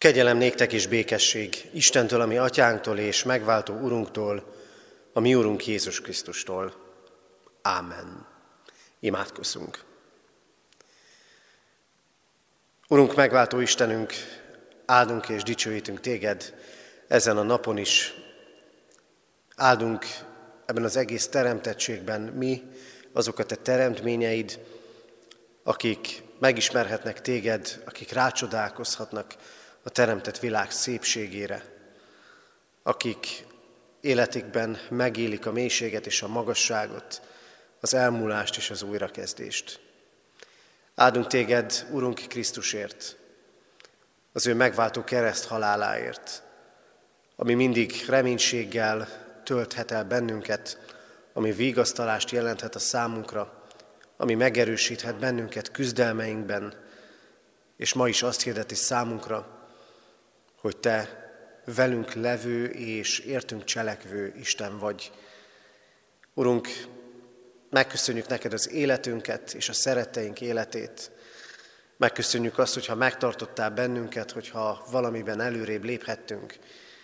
Kegyelem néktek és békesség Istentől, a mi atyánktól és megváltó Urunktól, a mi Urunk Jézus Krisztustól. Ámen. Imádkozzunk. Urunk, megváltó Istenünk, áldunk és dicsőítünk téged ezen a napon is. Áldunk ebben az egész teremtettségben mi, azok a te teremtményeid, akik megismerhetnek téged, akik rácsodálkozhatnak a teremtett világ szépségére, akik életükben megélik a mélységet és a magasságot, az elmúlást és az újrakezdést. Áldunk téged, Urunk Krisztusért, az ő megváltó kereszt haláláért, ami mindig reménységgel tölthet el bennünket, ami vigasztalást jelenthet a számunkra, ami megerősíthet bennünket küzdelmeinkben, és ma is azt hirdeti számunkra, hogy te velünk levő és értünk cselekvő Isten vagy. Urunk, megköszönjük neked az életünket és a szeretteink életét. Megköszönjük azt, hogyha megtartottál bennünket, hogyha valamiben előrébb léphettünk.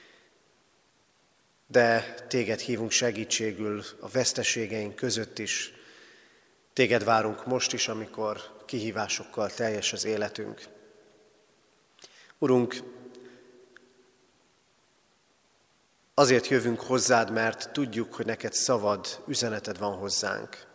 De téged hívunk segítségül a veszteségeink között is. Téged várunk most is, amikor kihívásokkal teljes az életünk. Urunk, azért jövünk hozzád, mert tudjuk, hogy neked szabad üzeneted van hozzánk.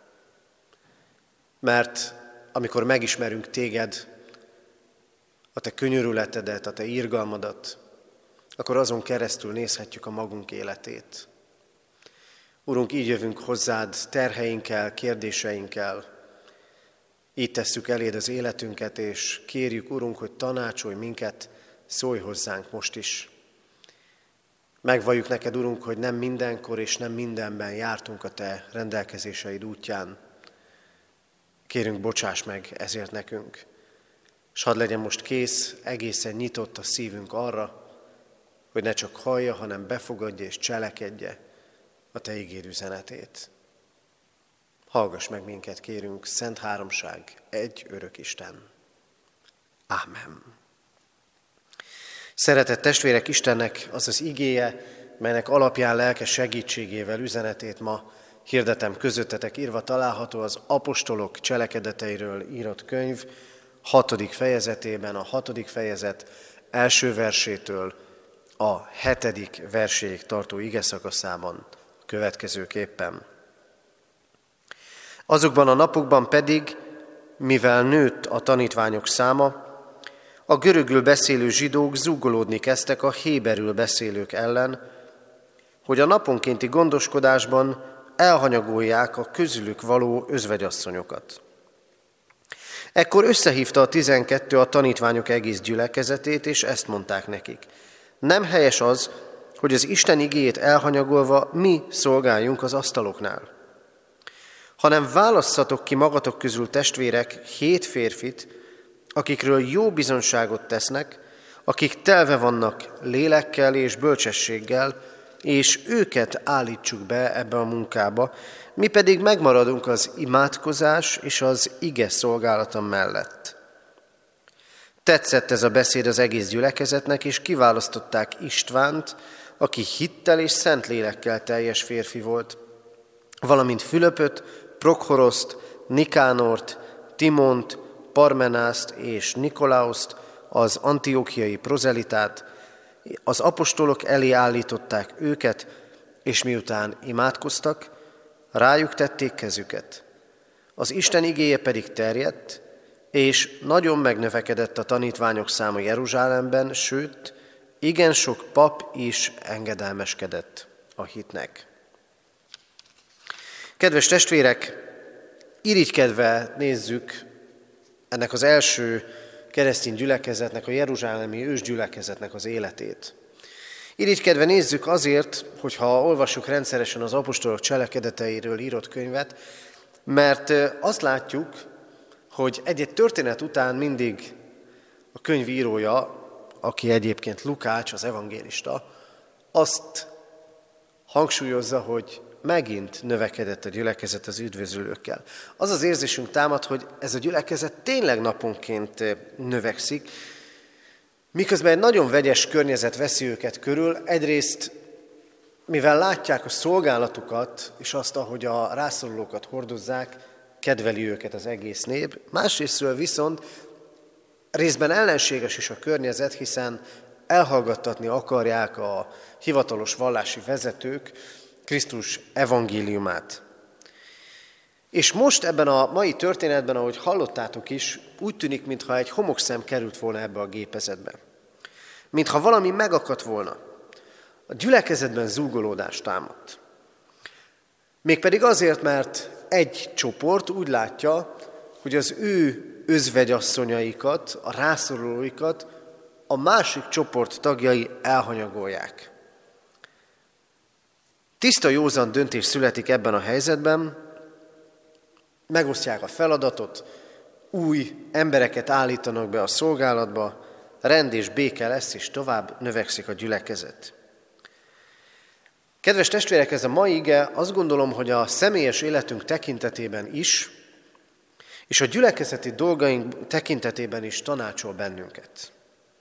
Mert amikor megismerünk téged, a te könyörületedet, a te irgalmadat, akkor azon keresztül nézhetjük a magunk életét. Urunk, így jövünk hozzád terheinkkel, kérdéseinkkel. Így tesszük eléd az életünket, és kérjük, Urunk, hogy tanácsolj minket, szólj hozzánk most is. Megvalljuk neked, Urunk, hogy nem mindenkor és nem mindenben jártunk a te rendelkezéseid útján. Kérünk, bocsáss meg ezért nekünk. És hadd legyen most kész, egészen nyitott a szívünk arra, hogy ne csak hallja, hanem befogadja és cselekedje a te ígér üzenetét. Hallgass meg minket, kérünk, Szent Háromság, egy örök Isten. Ámen. Szeretett testvérek, Istennek az az igéje, melynek alapján lelke segítségével üzenetét ma hirdetem közöttetek, írva található az apostolok cselekedeteiről írott könyv 6. fejezetében, a 6. fejezet első versétől a 7. verséig tartó igeszakaszában következőképpen. Azokban a napokban pedig, mivel nőtt a tanítványok száma, a görögül beszélő zsidók zúgolódni kezdtek a héberül beszélők ellen, hogy a naponkénti gondoskodásban elhanyagolják a közülük való özvegyasszonyokat. Ekkor összehívta a 12 a tanítványok egész gyülekezetét, és ezt mondták nekik: nem helyes az, hogy az Isten igéjét elhanyagolva mi szolgáljunk az asztaloknál, hanem válasszatok ki magatok közül, testvérek, 7 férfit, akikről jó bizonyságot tesznek, akik telve vannak lélekkel és bölcsességgel, és őket állítsuk be ebbe a munkába, mi pedig megmaradunk az imádkozás és az ige szolgálata mellett. Tetszett ez a beszéd az egész gyülekezetnek, és kiválasztották Istvánt, aki hittel és szent lélekkel teljes férfi volt, valamint Fülöpöt, Prokhoroszt, Nikánort, Timont, Parmenászt és Nikolauszt, az antiochiai prozelitát. Az apostolok elé állították őket, és miután imádkoztak, rájuk tették kezüket. Az Isten igéje pedig terjedt, és nagyon megnövekedett a tanítványok száma Jeruzsálemben, sőt, igen sok pap is engedelmeskedett a hitnek. Kedves testvérek, irigykedve nézzük ennek az első keresztény gyülekezetnek, a jeruzsálemi ősgyülekezetnek az életét. Irigykedve nézzük azért, hogyha olvassuk rendszeresen az apostolok cselekedeteiről írott könyvet, mert azt látjuk, hogy egy-egy történet után mindig a könyvírója, aki egyébként Lukács, az evangélista, azt hangsúlyozza, hogy megint növekedett a gyülekezet az üdvözülőkkel. Az az érzésünk támad, hogy ez a gyülekezet tényleg naponként növekszik, Miközben egy nagyon vegyes környezet veszi őket körül, egyrészt, mivel látják a szolgálatukat, és azt, ahogy a rászorulókat hordozzák, kedveli őket az egész nép. Másrésztről viszont részben ellenséges is a környezet, hiszen elhallgattatni akarják a hivatalos vallási vezetők Krisztus evangéliumát. És most ebben a mai történetben, ahogy hallottátok is, úgy tűnik, mintha egy homokszem került volna ebbe a gépezetbe. Mintha valami megakadt volna. A gyülekezetben zúgolódás támadt. Mégpedig azért, mert egy csoport úgy látja, hogy az ő özvegyasszonyaikat, a rászorulóikat a másik csoport tagjai elhanyagolják. Tiszta józan döntés születik ebben a helyzetben, megosztják a feladatot, új embereket állítanak be a szolgálatba, rend és béke lesz, és tovább növekszik a gyülekezet. Kedves testvérek, ez a mai ige azt gondolom, hogy a személyes életünk tekintetében is, és a gyülekezeti dolgaink tekintetében is tanácsol bennünket.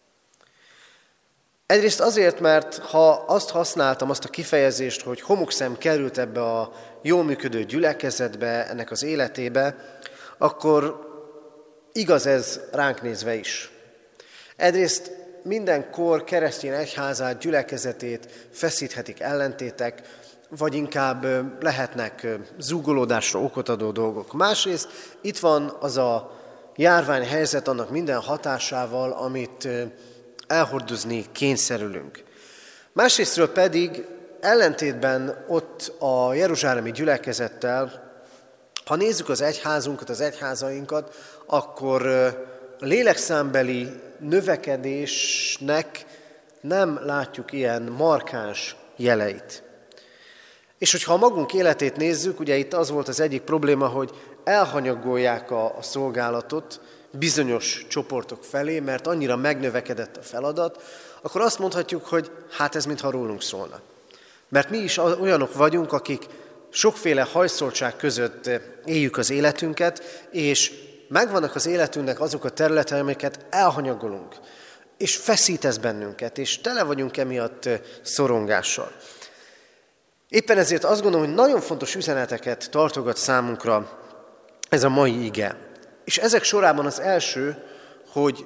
Egyrészt azért, mert ha azt használtam, azt a kifejezést, hogy homokszem került ebbe a jól működő gyülekezetbe, ennek az életébe, akkor igaz ez ránk nézve is. Egyrészt minden kor keresztény egyházát, gyülekezetét feszíthetik ellentétek, vagy inkább lehetnek zúgolódásra okot adó dolgok. Másrészt itt van az a járványhelyzet annak minden hatásával, amit elhordozni kényszerülünk. Másrésztről pedig ellentétben ott a jeruzsálemi gyülekezettel, ha nézzük az egyházunkat, az egyházainkat, akkor a lélekszámbeli növekedésnek nem látjuk ilyen markáns jeleit. És hogyha a magunk életét nézzük, ugye itt az volt az egyik probléma, hogy elhanyagolják a szolgálatot bizonyos csoportok felé, mert annyira megnövekedett a feladat, akkor azt mondhatjuk, hogy hát ez mintha rólunk szólna. Mert mi is olyanok vagyunk, akik sokféle hajszoltság között éljük az életünket, és megvannak az életünknek azok a területek, amiket elhanyagolunk, és feszít ez bennünket, és tele vagyunk emiatt szorongással. Éppen ezért azt gondolom, hogy nagyon fontos üzeneteket tartogat számunkra ez a mai ige. És ezek sorában az első, hogy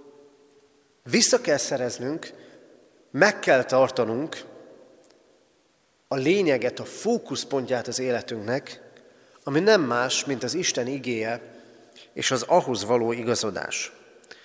vissza kell szereznünk, meg kell tartanunk a lényeget, a fókuszpontját az életünknek, ami nem más, mint az Isten igéje és az ahhoz való igazodás.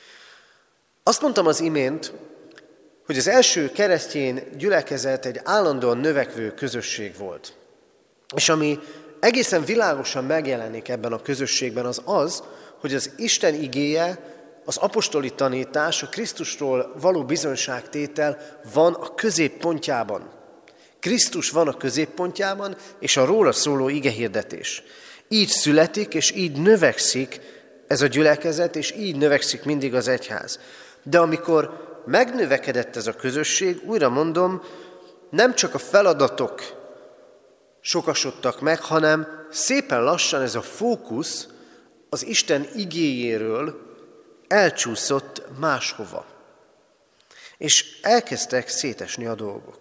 Azt mondtam az imént, hogy az első keresztény gyülekezet egy állandóan növekvő közösség volt. És ami egészen világosan megjelenik ebben a közösségben az, hogy az Isten igéje, az apostoli tanítás, a Krisztusról való bizonyságtétel van a középpontjában. Krisztus van a középpontjában, és a róla szóló igehirdetés. Így születik, és így növekszik ez a gyülekezet, és így növekszik mindig az egyház. De amikor megnövekedett ez a közösség, újra mondom, nem csak a feladatok sokasodtak meg, hanem szépen lassan ez a fókusz az Isten igéjéről elcsúszott máshova. És elkezdtek szétesni a dolgok.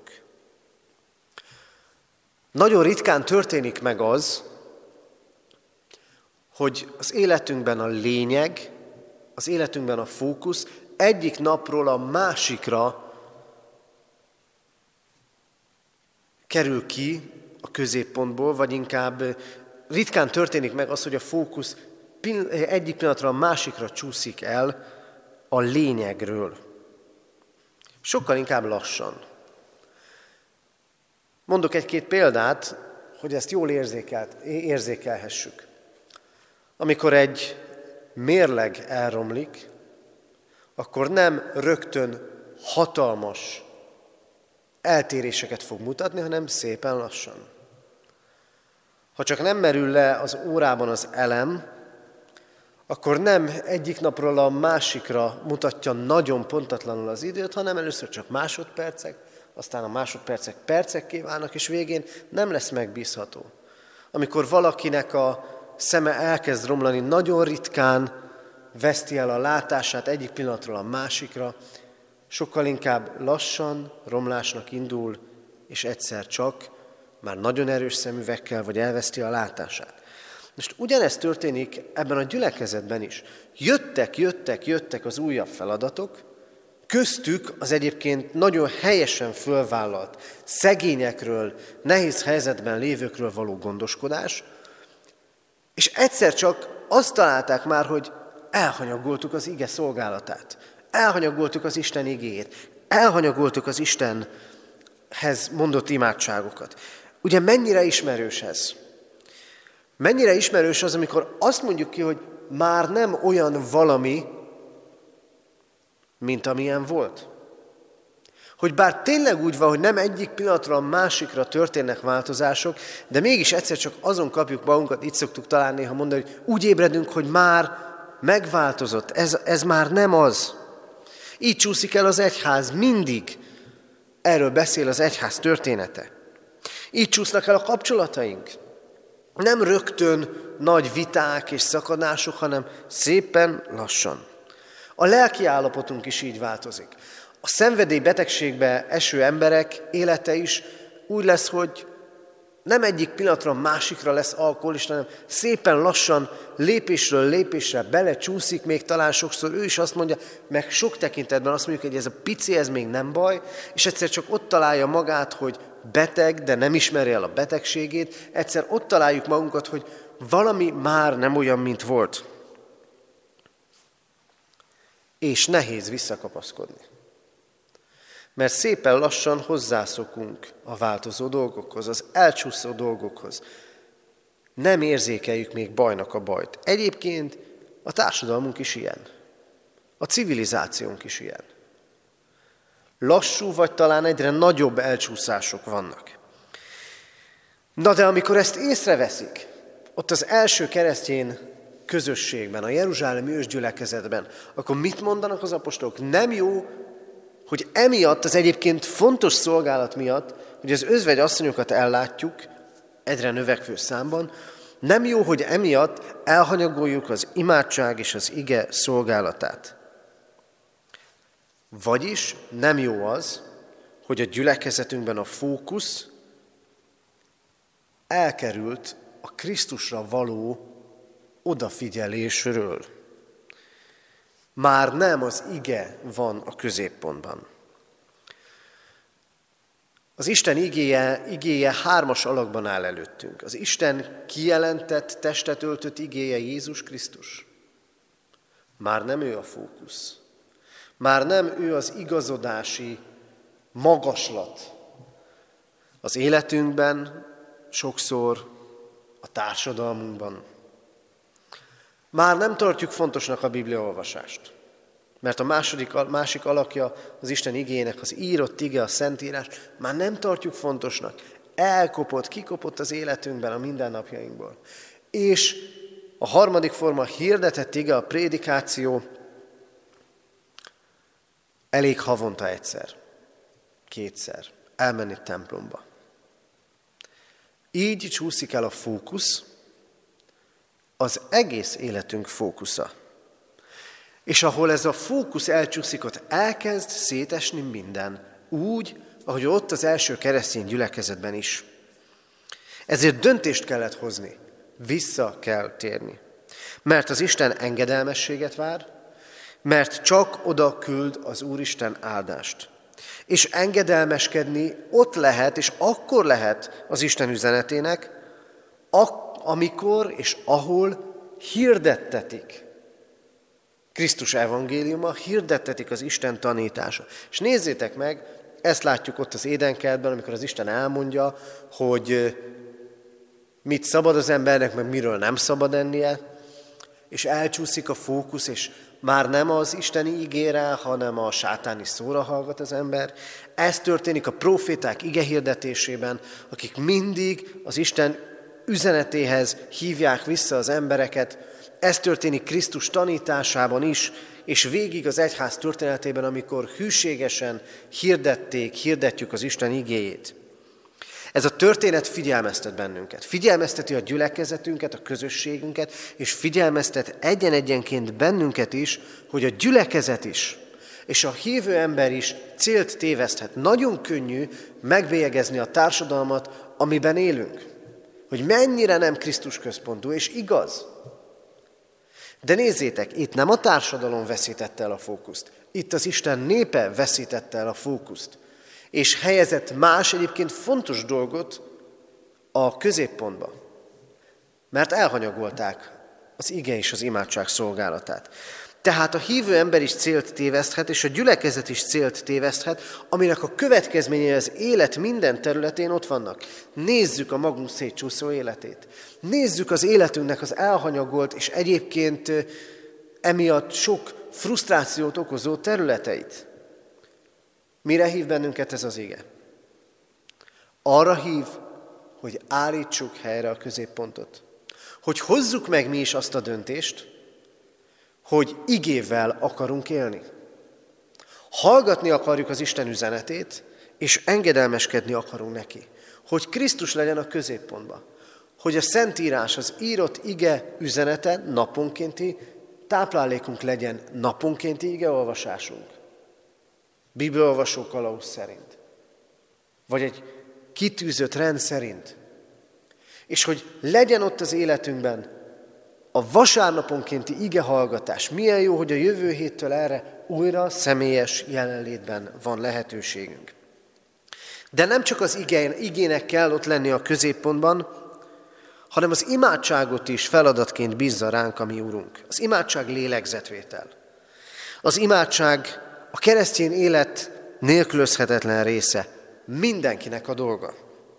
Nagyon ritkán történik meg az, hogy az életünkben a lényeg, az életünkben a fókusz egyik napról a másikra kerül ki a középpontból, vagy inkább ritkán történik meg az, hogy a fókusz egyik pillanatra a másikra csúszik el a lényegről. Sokkal inkább lassan. Mondok egy-két példát, hogy ezt jól érzékelhessük. Amikor egy mérleg elromlik, akkor nem rögtön hatalmas eltéréseket fog mutatni, hanem szépen lassan. Ha csak nem merül le az órában az elem, akkor nem egyik napról a másikra mutatja nagyon pontatlanul az időt, hanem először csak másodpercek, aztán a másodpercek percekké válnak, és végén nem lesz megbízható. Amikor valakinek a szeme elkezd romlani, nagyon ritkán veszti el a látását egyik pillanatról a másikra, sokkal inkább lassan romlásnak indul, és egyszer csak már nagyon erős szemüvegkel, vagy elveszti a látását. Most ugyanezt történik ebben a gyülekezetben is. Jöttek az újabb feladatok, köztük az egyébként nagyon helyesen fölvállalt szegényekről, nehéz helyzetben lévőkről való gondoskodás, és egyszer csak azt találták már, hogy elhanyagoltuk az ige szolgálatát, elhanyagoltuk az Isten igéjét, elhanyagoltuk az Istenhez mondott imádságokat. Ugye mennyire ismerős ez? Mennyire ismerős az, amikor azt mondjuk ki, hogy már nem olyan valami, mint amilyen volt? Hogy bár tényleg úgy van, hogy nem egyik pillanatra a másikra történnek változások, de mégis egyszer csak azon kapjuk magunkat, itt szoktuk talán néha mondani, hogy úgy ébredünk, hogy már megváltozott, ez már nem az. Így csúszik el az egyház, mindig erről beszél az egyház története. Így csúsznak el a kapcsolataink. Nem rögtön nagy viták és szakadások, hanem szépen lassan. A lelki állapotunk is így változik. A szenvedélybetegségbe eső emberek élete is úgy lesz, hogy nem egyik pillanatra másikra lesz alkoholista, hanem szépen lassan, lépésről lépésre belecsúszik, még talán sokszor ő is azt mondja, meg sok tekintetben azt mondjuk, hogy ez a pici, ez még nem baj, és egyszer csak ott találja magát, hogy beteg, de nem ismeri el a betegségét, egyszer ott találjuk magunkat, hogy valami már nem olyan, mint volt. És nehéz visszakapaszkodni. Mert szépen lassan hozzászokunk a változó dolgokhoz, az elcsúszó dolgokhoz. Nem érzékeljük még bajnak a bajt. Egyébként a társadalmunk is ilyen. A civilizációnk is ilyen. Lassú vagy talán egyre nagyobb elcsúszások vannak. Na de amikor ezt észreveszik, ott az első keresztény közösségben, a jeruzsálemi ősgyülekezetben, akkor mit mondanak az apostolok? Nem jó, hogy emiatt, az egyébként fontos szolgálat miatt, hogy az özvegy asszonyokat ellátjuk egyre növekvő számban, nem jó, hogy emiatt elhanyagoljuk az imádság és az ige szolgálatát. Vagyis nem jó az, hogy a gyülekezetünkben a fókusz elkerült a Krisztusra való odafigyelésről. Már nem az ige van a középpontban. Az Isten igéje 3 alakban áll előttünk. Az Isten kijelentett, testet öltött igéje Jézus Krisztus. Már nem ő a fókusz. Már nem ő az igazodási magaslat az életünkben, sokszor a társadalmunkban. Már nem tartjuk fontosnak a bibliaolvasást, mert a másik alakja az Isten igének, az írott ige, a Szentírás, már nem tartjuk fontosnak. Kikopott az életünkben, a mindennapjainkból. És a harmadik forma, hirdetett ige, a prédikáció, elég havonta egyszer, 2-szer elmenni templomba. Így csúszik el a fókusz, az egész életünk fókusza. És ahol ez a fókusz elcsúszik, ott elkezd szétesni minden, úgy, ahogy ott az első keresztény gyülekezetben is. Ezért döntést kellett hozni, vissza kell térni. Mert az Isten engedelmességet vár, mert csak oda küld az Úristen áldást. És engedelmeskedni ott lehet, és akkor lehet az Isten üzenetének, amikor és ahol hirdettetik Krisztus evangéliuma, hirdettetik az Isten tanítása. És nézzétek meg, ezt látjuk ott az édenkertben, amikor az Isten elmondja, hogy mit szabad az embernek, meg miről nem szabad ennie, és elcsúszik a fókusz, és már nem az isteni ígére, hanem a sátáni szóra hallgat az ember. Ez történik a proféták igehirdetésében, akik mindig az Isten üzenetéhez hívják vissza az embereket. Ez történik Krisztus tanításában is, és végig az egyház történetében, amikor hűségesen hirdetjük az Isten igéjét. Ez a történet figyelmeztet bennünket. Figyelmezteti a gyülekezetünket, a közösségünket, és figyelmeztet egyen-egyenként bennünket is, hogy a gyülekezet is És a hívő ember is célt téveszthet. Nagyon könnyű megbélyegezni a társadalmat, amiben élünk. Hogy mennyire nem Krisztus központú, és igaz. De nézzétek, itt nem a társadalom veszítette el a fókuszt. Itt az Isten népe veszítette el a fókuszt. És helyezett más egyébként fontos dolgot a középpontba. Mert elhanyagolták az ige és az imádság szolgálatát. Tehát a hívő ember is célt téveszthet, és a gyülekezet is célt téveszthet, aminek a következményei az élet minden területén ott vannak. Nézzük a magunk szétcsúszó életét. Nézzük az életünknek az elhanyagolt, és egyébként emiatt sok frusztrációt okozó területeit. Mire hív bennünket ez az ige? Arra hív, hogy állítsuk helyre a középpontot. Hogy hozzuk meg mi is azt a döntést, hogy igével akarunk élni. Hallgatni akarjuk az Isten üzenetét, és engedelmeskedni akarunk neki. Hogy Krisztus legyen a középpontban. Hogy a Szentírás, az írott ige üzenete naponkénti táplálékunk legyen, naponkénti igeolvasásunk. Bibliaolvasó kalauz szerint. Vagy egy kitűzött rend szerint. És hogy legyen ott az életünkben a vasárnaponkénti igehallgatás. Milyen jó, hogy a jövő héttől erre újra személyes jelenlétben van lehetőségünk. De nem csak az igének kell ott lenni a középpontban, hanem az imádságot is feladatként bízza ránk a mi Urunk. Az imádság lélegzetvétel. Az imádság a keresztény élet nélkülözhetetlen része. Mindenkinek a dolga.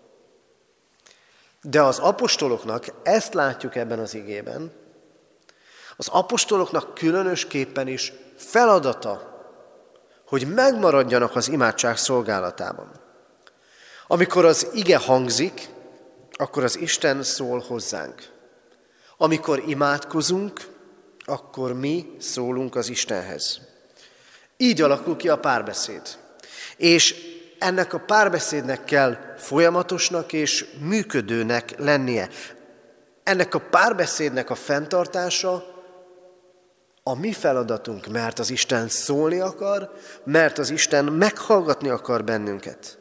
De az apostoloknak, ezt látjuk ebben az igében, az apostoloknak különösképpen is feladata, hogy megmaradjanak az imádság szolgálatában. Amikor az ige hangzik, akkor az Isten szól hozzánk. Amikor imádkozunk, akkor mi szólunk az Istenhez. Így alakul ki a párbeszéd. És ennek a párbeszédnek kell folyamatosnak és működőnek lennie. Ennek a párbeszédnek a fenntartása a mi feladatunk, mert az Isten szólni akar, mert az Isten meghallgatni akar bennünket.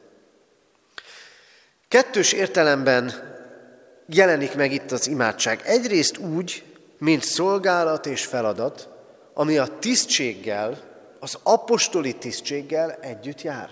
Kettős értelemben jelenik meg itt az imádság. Egyrészt úgy, mint szolgálat és feladat, ami a tisztséggel, az apostoli tisztséggel együtt jár.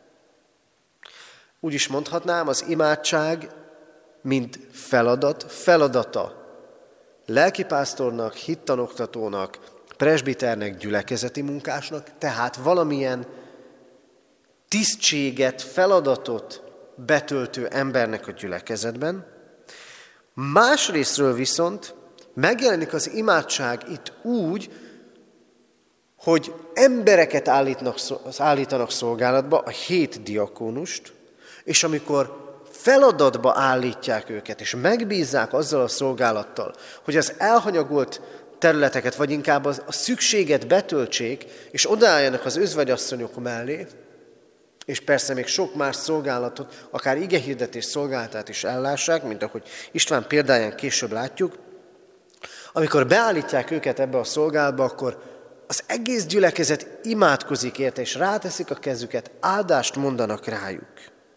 Úgy is mondhatnám, az imádság, mint feladata lelkipásztornak, hittanoktatónak, presbiternek, gyülekezeti munkásnak, tehát valamilyen tisztséget, feladatot betöltő embernek a gyülekezetben. Másrésztről viszont megjelenik az imádság itt úgy, hogy embereket állítanak szolgálatba, a 7 diakónust, és amikor feladatba állítják őket, és megbízzák azzal a szolgálattal, hogy az elhanyagolt területeket, vagy inkább a szükséget betöltsék, és odaálljanak az özvegyasszonyok mellé, és persze még sok más szolgálatot, akár igehirdetés szolgálatát is ellássák, mint ahogy István példáján később látjuk, amikor beállítják őket ebbe a szolgálatba, akkor az egész gyülekezet imádkozik érte, és ráteszik a kezüket, áldást mondanak rájuk.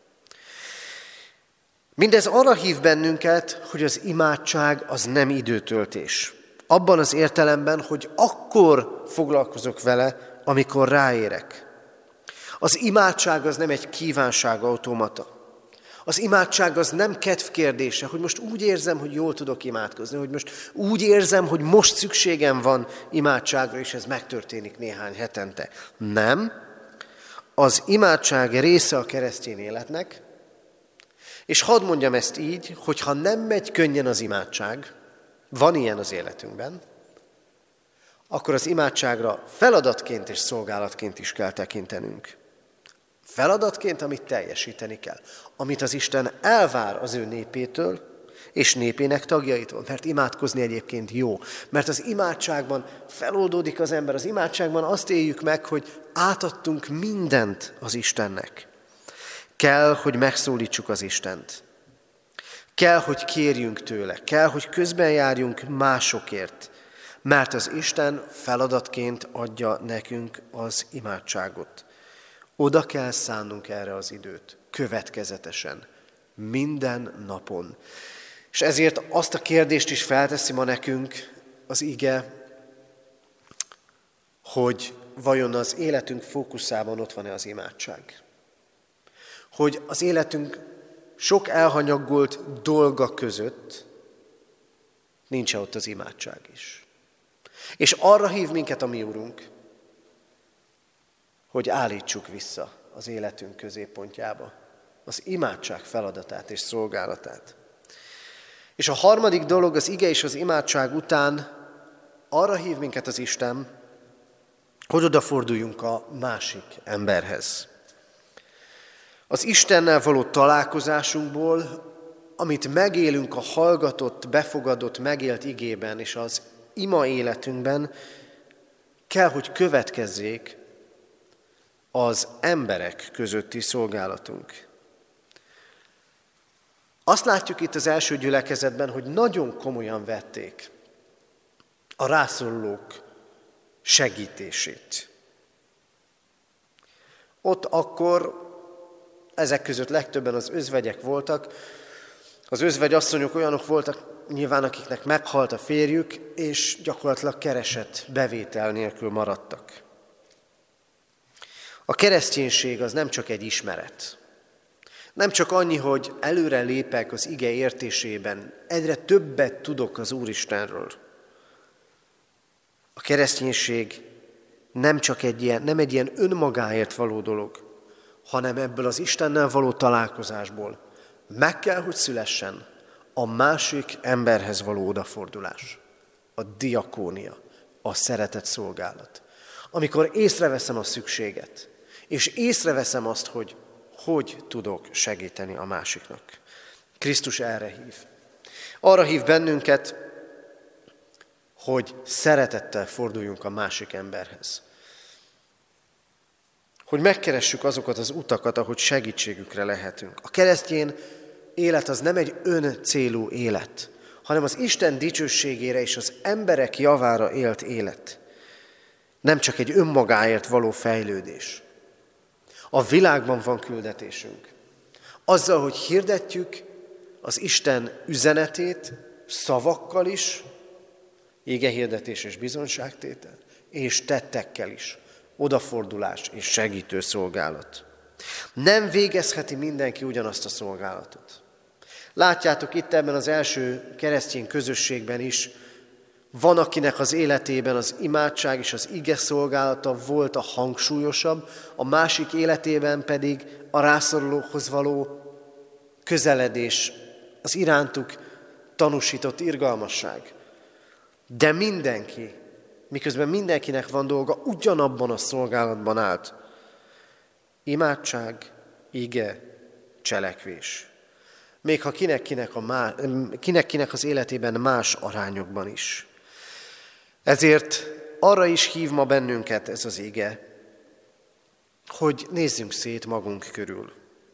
Mindez arra hív bennünket, hogy az imádság az nem időtöltés. Abban az értelemben, hogy akkor foglalkozok vele, amikor ráérek. Az imádság az nem egy kívánságautomata. Az imádság az nem kedv kérdése, hogy most úgy érzem, hogy jól tudok imádkozni, hogy most úgy érzem, hogy most szükségem van imádságra, és ez megtörténik néhány hetente. Nem. Az imádság része a keresztény életnek, és hadd mondjam ezt így, hogy ha nem megy könnyen az imádság, van ilyen az életünkben, akkor az imádságra feladatként és szolgálatként is kell tekintenünk. Feladatként, amit teljesíteni kell. Amit az Isten elvár az ő népétől, és népének tagjaitól. Mert imádkozni egyébként jó. Mert az imádságban feloldódik az ember. Az imádságban azt éljük meg, hogy átadtunk mindent az Istennek. Kell, hogy megszólítsuk az Istent. Kell, hogy kérjünk tőle. Kell, hogy közben járjunk másokért. Mert az Isten feladatként adja nekünk az imádságot. Oda kell szánnunk erre az időt, következetesen, minden napon. És ezért azt a kérdést is felteszi ma nekünk az ige, hogy vajon az életünk fókuszában ott van-e az imádság? Hogy az életünk sok elhanyagolt dolga között nincs-e ott az imádság is? És arra hív minket a mi Urunk, hogy állítsuk vissza az életünk középpontjába az imádság feladatát és szolgálatát. És a harmadik dolog, az ige és az imádság után arra hív minket az Isten, hogy odaforduljunk a másik emberhez. Az Istennel való találkozásunkból, amit megélünk a hallgatott, befogadott, megélt igében és az ima életünkben, kell, hogy következzék az emberek közötti szolgálatunk. Azt látjuk itt az első gyülekezetben, hogy nagyon komolyan vették a rászorulók segítését. Ott akkor ezek között legtöbben az özvegyek voltak. Az özvegyasszonyok olyanok voltak nyilván, akiknek meghalt a férjük, és gyakorlatilag keresett bevétel nélkül maradtak. A kereszténység az nem csak egy ismeret. Nem csak annyi, hogy előre lépek az ige értésében, egyre többet tudok az Úristenről. A kereszténység nem egy ilyen önmagáért való dolog, hanem ebből az Istennel való találkozásból meg kell, hogy szülessen a másik emberhez való odafordulás, a diakónia, a szeretet szolgálat. Amikor észreveszem a szükséget, és észreveszem azt, hogy tudok segíteni a másiknak. Krisztus erre hív. Arra hív bennünket, hogy szeretettel forduljunk a másik emberhez. Hogy megkeressük azokat az utakat, ahogy segítségükre lehetünk. A keresztény élet az nem egy öncélú élet, hanem az Isten dicsőségére és az emberek javára élt élet. Nem csak egy önmagáért való fejlődés. A világban van küldetésünk. Azzal, hogy hirdetjük az Isten üzenetét szavakkal is, igehirdetés és bizonyságtétel, és tettekkel is, odafordulás és segítő szolgálat. Nem végezheti mindenki ugyanazt a szolgálatot. Látjátok itt ebben az első keresztény közösségben is, van, akinek az életében az imádság és az ige szolgálata volt a hangsúlyosabb, a másik életében pedig a rászorulókhoz való közeledés, az irántuk tanúsított irgalmasság. De mindenki, miközben mindenkinek van dolga, ugyanabban a szolgálatban állt. Imádság, ige, cselekvés. Még ha kinek-kinek az életében más arányokban is. Ezért arra is hív ma bennünket ez az ige, hogy nézzünk szét magunk körül.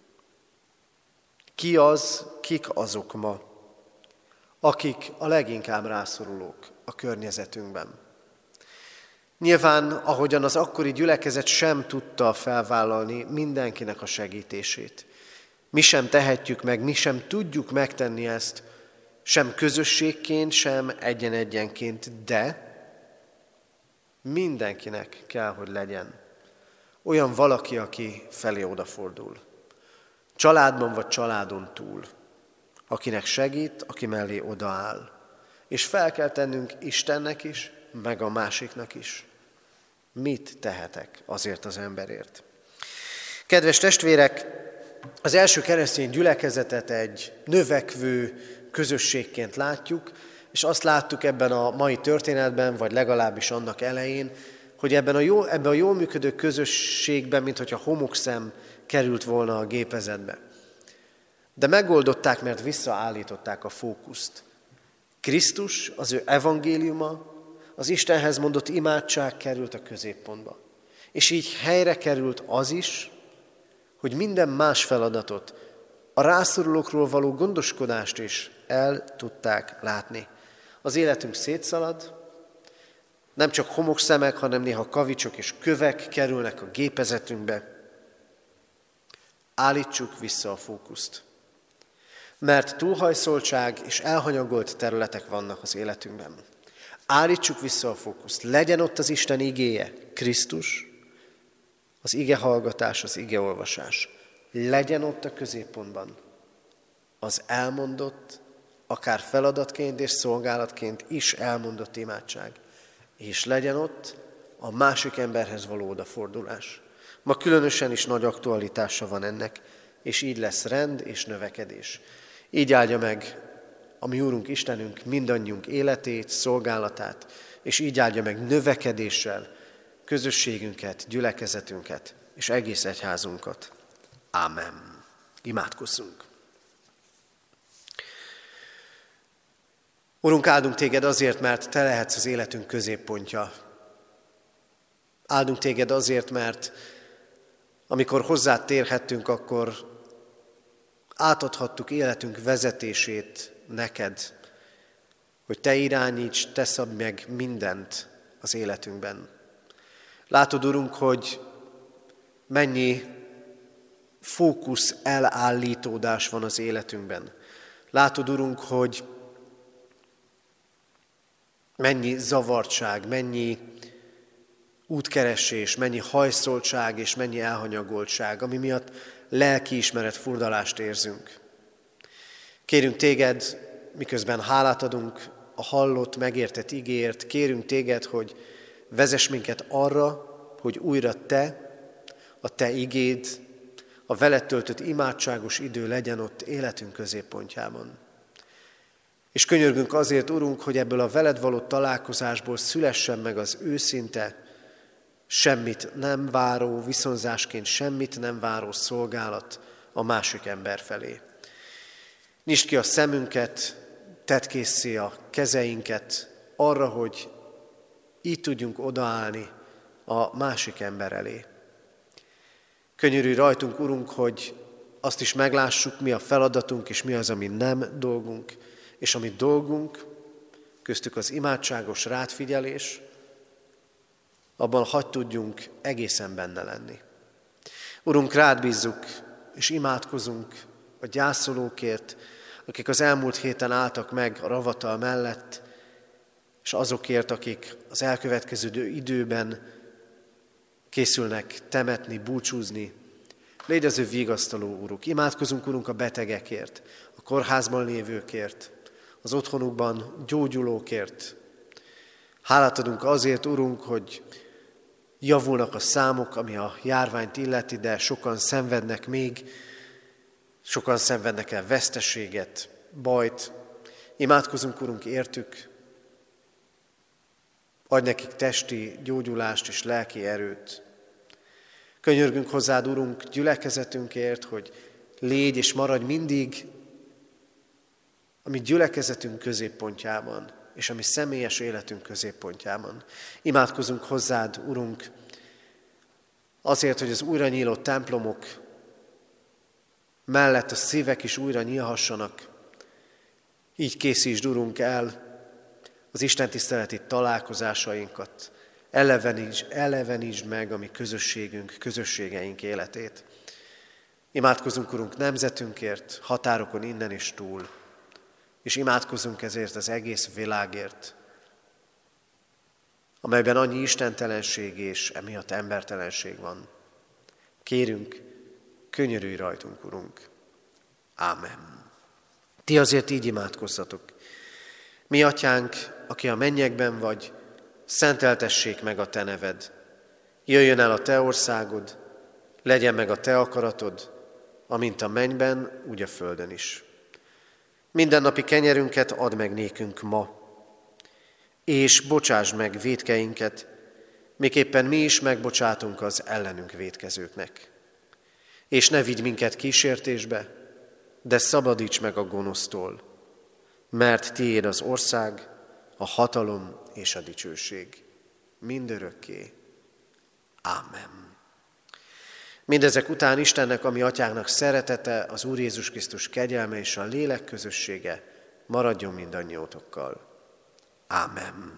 Kik azok ma, akik a leginkább rászorulók a környezetünkben. Nyilván, ahogyan az akkori gyülekezet sem tudta felvállalni mindenkinek a segítését. Mi sem tehetjük meg, mi sem tudjuk megtenni ezt, sem közösségként, sem egyen-egyenként, de mindenkinek kell, hogy legyen olyan valaki, aki felé odafordul. Családban vagy családon túl, akinek segít, aki mellé odaáll. És fel kell tennünk Istennek is, meg a másiknak is. Mit tehetek azért az emberért? Kedves testvérek, az első keresztény gyülekezetet egy növekvő közösségként látjuk, és azt láttuk ebben a mai történetben, vagy legalábbis annak elején, hogy ebben a jól működő közösségben, mintha homokszem került volna a gépezetbe. De megoldották, mert visszaállították a fókuszt. Krisztus, az ő evangéliuma, az Istenhez mondott imádság került a középpontba. És így helyre került az is, hogy minden más feladatot, a rászorulókról való gondoskodást is el tudták látni. Az életünk szétszalad, Nem csak homokszemek, hanem néha kavicsok és kövek kerülnek a gépezetünkbe. Állítsuk vissza a fókuszt. Mert túlhajszoltság és elhanyagolt területek vannak az életünkben. Állítsuk vissza a fókuszt. Legyen ott az Isten igéje, Krisztus, az ige hallgatás, az ige olvasás. Legyen ott a középpontban az elmondott, akár feladatként és szolgálatként is elmondott imádság. És legyen ott a másik emberhez való odafordulás. Ma különösen is nagy aktualitása van ennek, és így lesz rend és növekedés. Így áldja meg a mi Úrunk Istenünk mindannyiunk életét, szolgálatát, és így áldja meg növekedéssel közösségünket, gyülekezetünket és egész egyházunkat. Ámen. Imádkozzunk. Urunk, áldunk Téged azért, mert Te lehetsz az életünk középpontja. Áldunk Téged azért, mert amikor hozzád térhettünk, akkor átadhattuk életünk vezetését neked, hogy Te irányíts, Te szabd meg mindent az életünkben. Látod, Urunk, hogy mennyi fókusz elállítódás van az életünkben. Látod, Urunk, hogy mennyi zavartság, mennyi útkeresés, mennyi hajszoltság és mennyi elhanyagoltság, ami miatt lelkiismeret furdalást érzünk. Kérünk Téged, miközben hálát adunk a hallott, megértett igéért, kérünk Téged, hogy vezess minket arra, hogy újra Te, a Te igéd, a veled töltött imádságos idő legyen ott életünk középpontjában. És könyörgünk azért, Urunk, hogy ebből a veled való találkozásból szülessen meg az őszinte, semmit nem váró, viszonzásként semmit nem váró szolgálat a másik ember felé. Nyisd ki a szemünket, tedd késszé a kezeinket arra, hogy így tudjunk odaállni a másik ember elé. Könyörülj rajtunk, Urunk, hogy azt is meglássuk, mi a feladatunk, és mi az, ami nem dolgunk, és ami dolgunk, köztük az imádságos rádfigyelés, abban hadd tudjunk egészen benne lenni. Urunk, rád bízzuk, és imádkozunk a gyászolókért, akik az elmúlt héten álltak meg a ravatal mellett, és azokért, akik az elkövetkező időben készülnek temetni, búcsúzni. Légy az ő vigasztaló, Uruk. Imádkozunk, Urunk, a betegekért, a kórházban lévőkért, az otthonukban gyógyulókért. Hálát adunk azért, Urunk, hogy javulnak a számok, ami a járványt illeti, de sokan szenvednek még, sokan szenvednek el veszteséget, bajt. Imádkozunk, Urunk, értük. Adj nekik testi gyógyulást és lelki erőt. Könyörgünk hozzád, Urunk, gyülekezetünkért, hogy légy és maradj mindig a mi gyülekezetünk középpontjában, és a mi személyes életünk középpontjában. Imádkozunk hozzád, Urunk, azért, hogy az újra nyílott templomok mellett a szívek is újra nyílhassanak. Így készítsd, Urunk, el az istentiszteleti találkozásainkat, elevenítsd meg a mi közösségeink életét. Imádkozunk, Urunk, nemzetünkért, határokon innen és túl, és imádkozunk ezért az egész világért, amelyben annyi istentelenség és emiatt embertelenség van. Kérünk, könyörülj rajtunk, Urunk. Ámen. Ti azért így imádkozzatok. Mi, Atyánk, aki a mennyekben vagy, szenteltessék meg a Te neved. Jöjjön el a Te országod, legyen meg a Te akaratod, amint a mennyben, úgy a földön is. Mindennapi kenyerünket add meg nékünk ma, és bocsásd meg vétkeinket, miképpen mi is megbocsátunk az ellenünk vétkezőknek. És ne vigy minket kísértésbe, de szabadíts meg a gonosztól, mert tiéd az ország, a hatalom és a dicsőség mindörökké. Ámen. Mindezek után Istennek, a mi Atyánknak szeretete, az Úr Jézus Krisztus kegyelme és a lélek közössége maradjon mindannyiótokkal. Ámen.